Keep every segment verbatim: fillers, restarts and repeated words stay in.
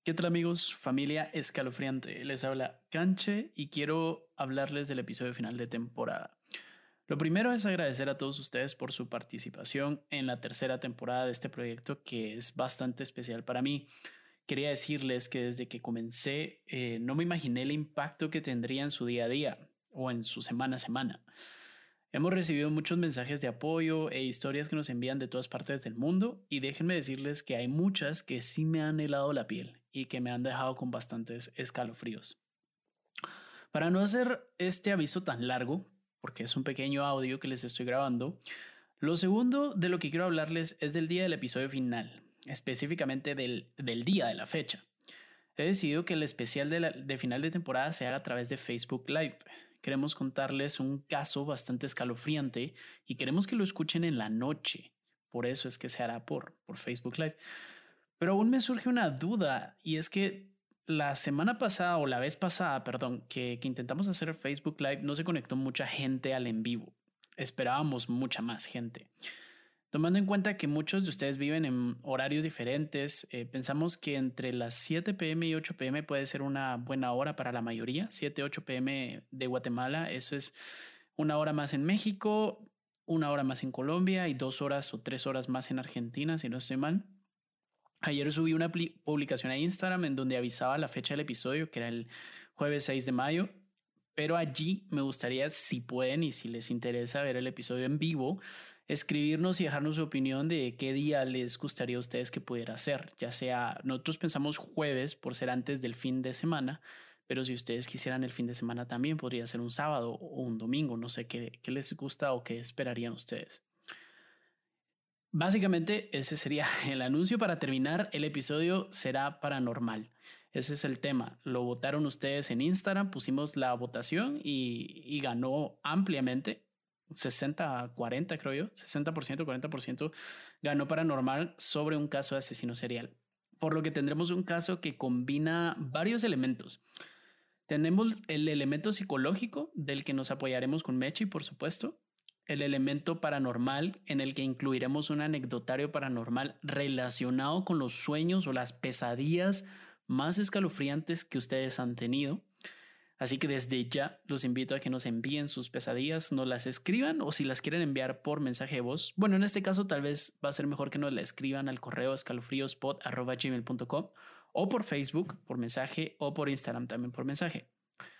¿Qué tal amigos? Familia escalofriante. Les habla Canche y quiero hablarles del episodio final de temporada. Lo primero es agradecer a todos ustedes por su participación en la tercera temporada de este proyecto que es bastante especial para mí. Quería decirles que desde que comencé eh, no me imaginé el impacto que tendría en su día a día o en su semana a semana. Hemos recibido muchos mensajes de apoyo e historias que nos envían de todas partes del mundo y déjenme decirles que hay muchas que sí me han helado la piel y que me han dejado con bastantes escalofríos. Para no hacer este aviso tan largo, porque es un pequeño audio que les estoy grabando, lo segundo de lo que quiero hablarles es del día del episodio final, específicamente del, del día de la fecha. He decidido que el especial de, la, de final de temporada se haga a través de Facebook Live. Queremos contarles un caso bastante escalofriante y queremos que lo escuchen en la noche. Por eso es que se hará por, por Facebook Live. Pero aún me surge una duda y es que la semana pasada o la vez pasada, perdón, que, que intentamos hacer Facebook Live no se conectó mucha gente al en vivo. Esperábamos mucha más gente. Tomando en cuenta que muchos de ustedes viven en horarios diferentes, eh, pensamos que entre las siete p m y ocho p m puede ser una buena hora para la mayoría. siete, ocho p m de Guatemala, eso es una hora más en México, una hora más en Colombia y dos horas o tres horas más en Argentina, si no estoy mal. Ayer subí una publicación a Instagram en donde avisaba la fecha del episodio, que era el jueves seis de mayo. Pero allí me gustaría, si pueden y si les interesa ver el episodio en vivo, escribirnos y dejarnos su opinión de qué día les gustaría a ustedes que pudiera ser. Ya sea, nosotros pensamos jueves por ser antes del fin de semana, pero si ustedes quisieran el fin de semana también podría ser un sábado o un domingo. No sé qué, qué les gusta o qué esperarían ustedes. Básicamente ese sería el anuncio. Para terminar, el episodio será paranormal. Ese es el tema. Lo votaron ustedes en Instagram, pusimos la votación y, y ganó ampliamente. sesenta a cuarenta creo yo, sesenta por ciento, cuarenta por ciento ganó paranormal sobre un caso de asesino serial. Por lo que tendremos un caso que combina varios elementos. Tenemos el elemento psicológico del que nos apoyaremos con Mechi, por supuesto. El elemento paranormal en el que incluiremos un anecdotario paranormal relacionado con los sueños o las pesadillas más escalofriantes que ustedes han tenido. Así que desde ya los invito a que nos envíen sus pesadillas, nos las escriban o si las quieren enviar por mensaje de voz. Bueno, en este caso tal vez va a ser mejor que nos la escriban al correo escalofríospod arroba gmail punto com o por Facebook por mensaje o por Instagram también por mensaje.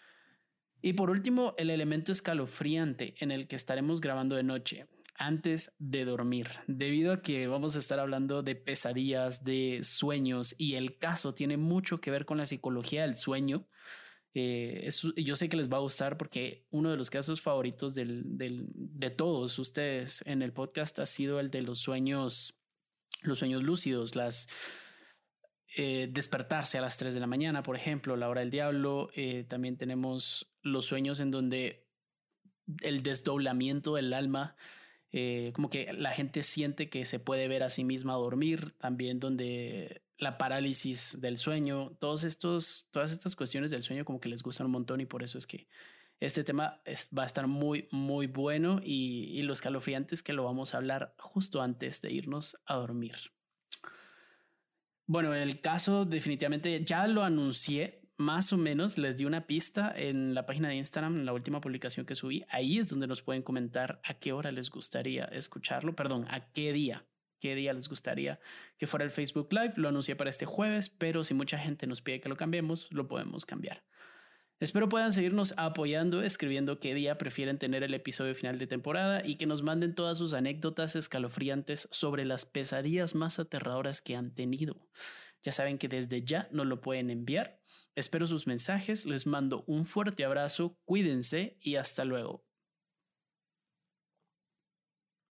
Y por último, el elemento escalofriante en el que estaremos grabando de noche antes de dormir, debido a que vamos a estar hablando de pesadillas, de sueños y el caso tiene mucho que ver con la psicología del sueño. Eh, es, yo sé que les va a gustar porque uno de los casos favoritos del, del, de todos ustedes en el podcast ha sido el de los sueños, los sueños lúcidos, las eh, despertarse a las tres de la mañana, por ejemplo, la hora del diablo. Eh, también tenemos los sueños en donde el desdoblamiento del alma, eh, como que la gente siente que se puede ver a sí misma dormir, también donde la parálisis del sueño, todos estos, todas estas cuestiones del sueño como que les gustan un montón y por eso es que este tema es, va a estar muy, muy bueno y, y lo escalofriante es que lo vamos a hablar justo antes de irnos a dormir. Bueno, el caso definitivamente ya lo anuncié. Más o menos les di una pista en la página de Instagram, en la última publicación que subí. Ahí es donde nos pueden comentar a qué hora les gustaría escucharlo. Perdón, a qué día, qué día les gustaría que fuera el Facebook Live. Lo anuncié para este jueves, pero si mucha gente nos pide que lo cambiemos, lo podemos cambiar. Espero puedan seguirnos apoyando, escribiendo qué día prefieren tener el episodio final de temporada y que nos manden todas sus anécdotas escalofriantes sobre las pesadillas más aterradoras que han tenido. Ya saben que desde ya nos lo pueden enviar. Espero sus mensajes, les mando un fuerte abrazo, cuídense y hasta luego.